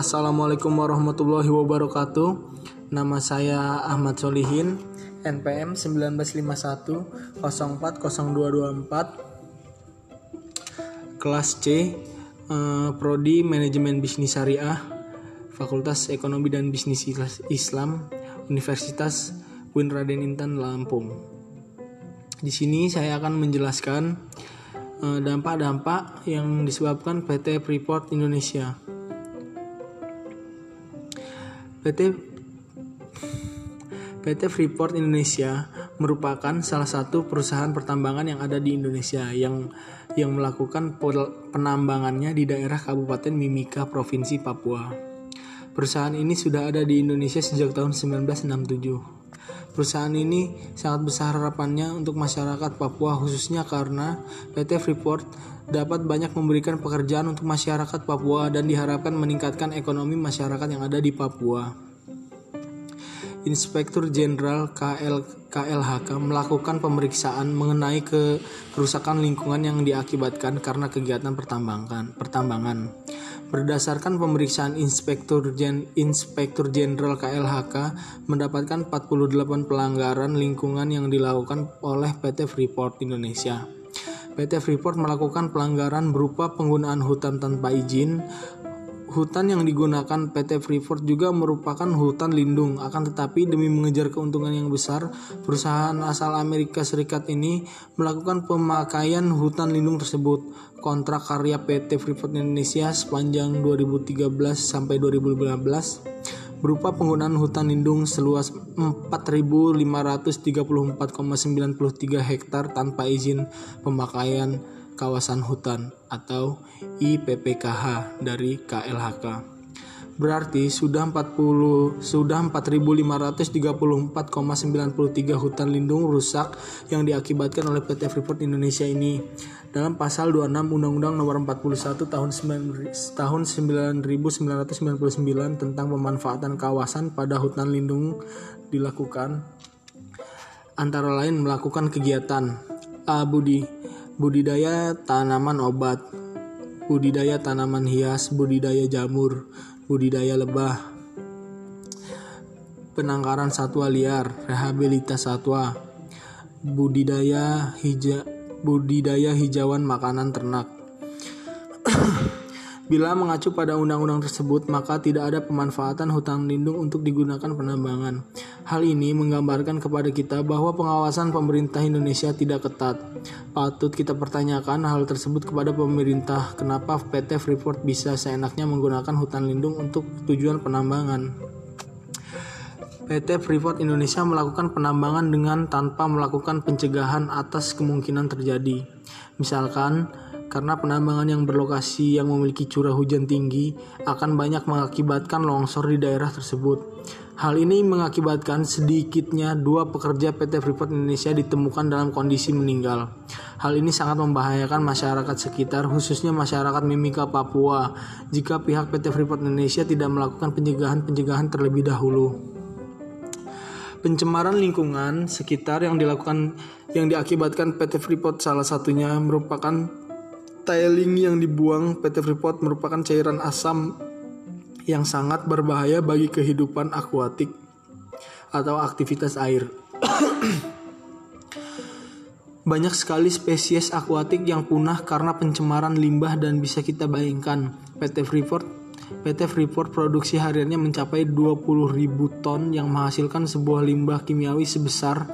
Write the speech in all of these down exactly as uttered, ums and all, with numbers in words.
Assalamualaikum warahmatullahi wabarakatuh. Nama saya Ahmad Solihin, N P M sembilan belas lima satu nol empat nol dua dua empat, kelas C, eh, Prodi Manajemen Bisnis Syariah, Fakultas Ekonomi dan Bisnis Islam, Universitas U I N Raden Intan Lampung. Di sini saya akan menjelaskan eh, dampak-dampak yang disebabkan P T Freeport Indonesia. P T P T Freeport Indonesia merupakan salah satu perusahaan pertambangan yang ada di Indonesia yang yang melakukan penambangannya di daerah Kabupaten Mimika, Provinsi Papua. Perusahaan ini sudah ada di Indonesia sejak tahun seribu sembilan ratus enam puluh tujuh. Perusahaan ini sangat besar harapannya untuk masyarakat Papua, khususnya karena P T Freeport dapat banyak memberikan pekerjaan untuk masyarakat Papua dan diharapkan meningkatkan ekonomi masyarakat yang ada di Papua. Inspektur Jenderal K L K L H K melakukan pemeriksaan mengenai ke kerusakan lingkungan yang diakibatkan karena kegiatan pertambangan. pertambangan. Berdasarkan pemeriksaan Inspektur Gen, Inspektur Jenderal K L H K mendapatkan empat puluh delapan pelanggaran lingkungan yang dilakukan oleh P T Freeport Indonesia. P T Freeport melakukan pelanggaran berupa penggunaan hutan tanpa izin. Hutan yang digunakan P T Freeport juga merupakan hutan lindung, akan tetapi demi mengejar keuntungan yang besar, perusahaan asal Amerika Serikat ini melakukan pemakaian hutan lindung tersebut. Kontrak karya P T Freeport Indonesia sepanjang dua ribu tiga belas sampai dua ribu lima belas berupa penggunaan hutan lindung seluas empat ribu lima ratus tiga puluh empat koma sembilan tiga hektar tanpa izin pemakaian kawasan hutan atau I P P K H dari K L H K. Berarti sudah empat puluh sudah empat ribu lima ratus tiga puluh empat koma sembilan tiga hutan lindung rusak yang diakibatkan oleh P T Freeport Indonesia ini. Dalam pasal dua puluh enam Undang-Undang Nomor empat puluh satu tahun seribu sembilan ratus sembilan puluh sembilan tentang pemanfaatan kawasan pada hutan lindung dilakukan antara lain melakukan kegiatan A. Budi budidaya tanaman obat, budidaya tanaman hias, budidaya jamur, budidaya lebah, penangkaran satwa liar, rehabilitas satwa, budidaya hija, budidaya hijauan makanan ternak. Bila mengacu pada undang-undang tersebut, maka tidak ada pemanfaatan hutan lindung untuk digunakan penambangan. Hal ini menggambarkan kepada kita bahwa pengawasan pemerintah Indonesia tidak ketat. Patut kita pertanyakan hal tersebut kepada pemerintah, kenapa P T Freeport bisa seenaknya menggunakan hutan lindung untuk tujuan penambangan. P T Freeport Indonesia melakukan penambangan dengan tanpa melakukan pencegahan atas kemungkinan terjadi. Misalkan, karena penambangan yang berlokasi yang memiliki curah hujan tinggi akan banyak mengakibatkan longsor di daerah tersebut. Hal ini mengakibatkan sedikitnya dua pekerja P T Freeport Indonesia ditemukan dalam kondisi meninggal. Hal ini sangat membahayakan masyarakat sekitar, khususnya masyarakat Mimika, Papua, jika pihak P T Freeport Indonesia tidak melakukan pencegahan-pencegahan terlebih dahulu. Pencemaran lingkungan sekitar yang dilakukan yang diakibatkan P T Freeport salah satunya merupakan tailing yang dibuang. P T Freeport merupakan cairan asam yang sangat berbahaya bagi kehidupan akuatik atau aktivitas air. Banyak sekali spesies akuatik yang punah karena pencemaran limbah dan bisa kita bayangkan P T Freeport P T Freeport produksi hariannya mencapai dua puluh ribu ton yang menghasilkan sebuah limbah kimiawi sebesar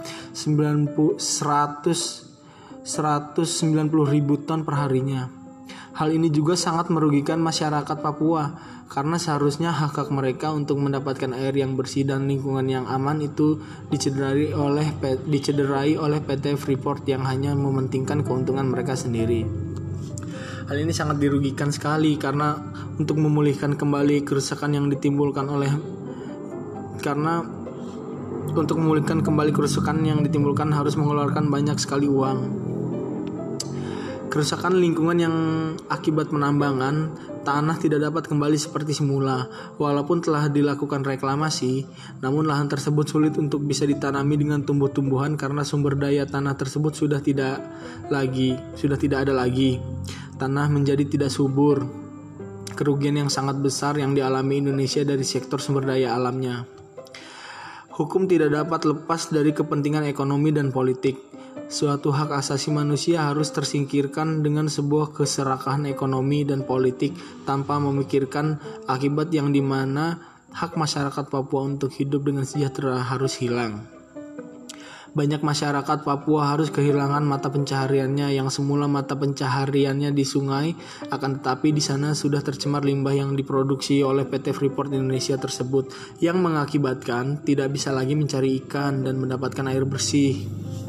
seratus seratus sembilan puluh ribu ton per harinya. Hal ini juga sangat merugikan masyarakat Papua karena seharusnya hak-hak mereka untuk mendapatkan air yang bersih dan lingkungan yang aman itu dicederai oleh dicederai oleh P T Freeport yang hanya mementingkan keuntungan mereka sendiri. Hal ini sangat dirugikan sekali karena untuk memulihkan kembali kerusakan yang ditimbulkan oleh karena untuk memulihkan kembali kerusakan yang ditimbulkan harus mengeluarkan banyak sekali uang. Kerusakan lingkungan yang akibat penambangan tanah tidak dapat kembali seperti semula. Walaupun telah dilakukan reklamasi, namun lahan tersebut sulit untuk bisa ditanami dengan tumbuh-tumbuhan karena sumber daya tanah tersebut sudah tidak lagi, sudah tidak ada lagi. Tanah menjadi tidak subur. kerugian yang sangat besar yang dialami Indonesia dari sektor sumber daya alamnya. Hukum tidak dapat lepas dari kepentingan ekonomi dan politik. Suatu hak asasi manusia harus tersingkirkan dengan sebuah keserakahan ekonomi dan politik tanpa memikirkan akibat yang dimana hak masyarakat Papua untuk hidup dengan sejahtera harus hilang. Banyak masyarakat Papua harus kehilangan mata pencahariannya yang semula mata pencahariannya di sungai, akan tetapi di sana sudah tercemar limbah yang diproduksi oleh P T Freeport Indonesia tersebut, yang mengakibatkan tidak bisa lagi mencari ikan dan mendapatkan air bersih.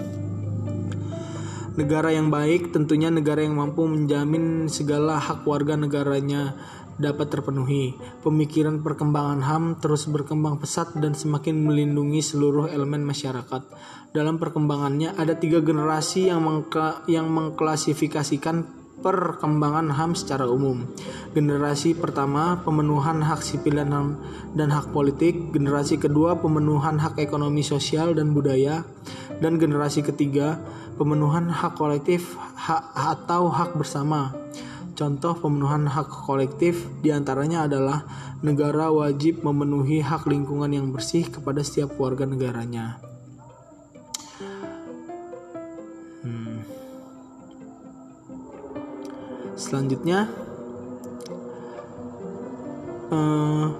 Negara yang baik tentunya negara yang mampu menjamin segala hak warga negaranya dapat terpenuhi. Pemikiran perkembangan H A M terus berkembang pesat dan semakin melindungi seluruh elemen masyarakat. Dalam perkembangannya ada tiga generasi yang, mengka- yang mengklasifikasikan perkembangan H A M secara umum. Generasi pertama, pemenuhan hak sipil dan, dan hak politik. Generasi kedua, pemenuhan hak ekonomi, sosial, dan budaya. Dan generasi ketiga, pemenuhan hak kolektif hak, atau hak bersama. Contoh pemenuhan hak kolektif diantaranya adalah negara wajib memenuhi hak lingkungan yang bersih kepada setiap warga negaranya. Hmm. Selanjutnya, uh,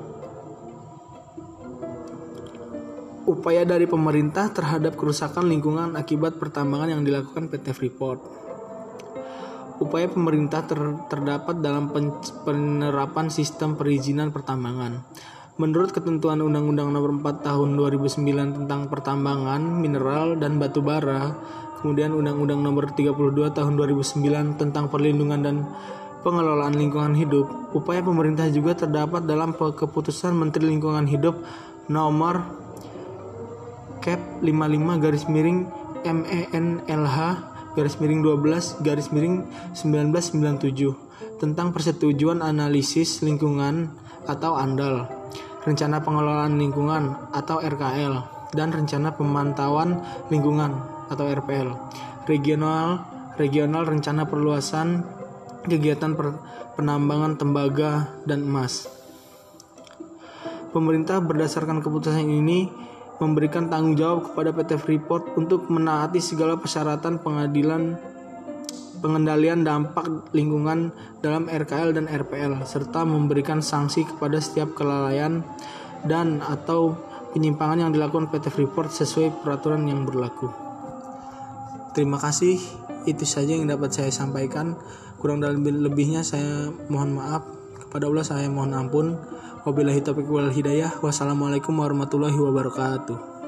upaya dari pemerintah terhadap kerusakan lingkungan akibat pertambangan yang dilakukan P T Freeport. Upaya pemerintah ter- terdapat dalam pen- penerapan sistem perizinan pertambangan. Menurut ketentuan Undang-Undang Nomor empat Tahun dua ribu sembilan tentang pertambangan, mineral, dan batu bara, kemudian Undang-Undang Nomor tiga puluh dua Tahun dua ribu sembilan tentang perlindungan dan pengelolaan lingkungan hidup, upaya pemerintah juga terdapat dalam keputusan Menteri Lingkungan Hidup Nomor Kep lima puluh lima garis miring M E N L H garis miring dua belas garis miring seribu sembilan ratus sembilan puluh tujuh tentang persetujuan analisis lingkungan atau ANDAL, rencana pengelolaan lingkungan atau R K L, dan rencana pemantauan lingkungan atau R P L. Regional regional rencana perluasan kegiatan per, penambangan tembaga dan emas. Pemerintah berdasarkan keputusan ini memberikan tanggung jawab kepada P T Freeport untuk menaati segala persyaratan pengadilan pengendalian dampak lingkungan dalam R K L dan R P L, serta memberikan sanksi kepada setiap kelalaian dan atau penyimpangan yang dilakukan P T Freeport sesuai peraturan yang berlaku. Terima kasih, itu saja yang dapat saya sampaikan. Kurang dan lebihnya saya mohon maaf. Kepada Allah saya mohon ampun. Wabillahi taufiq wal hidayah. Wassalamualaikum warahmatullahi wabarakatuh.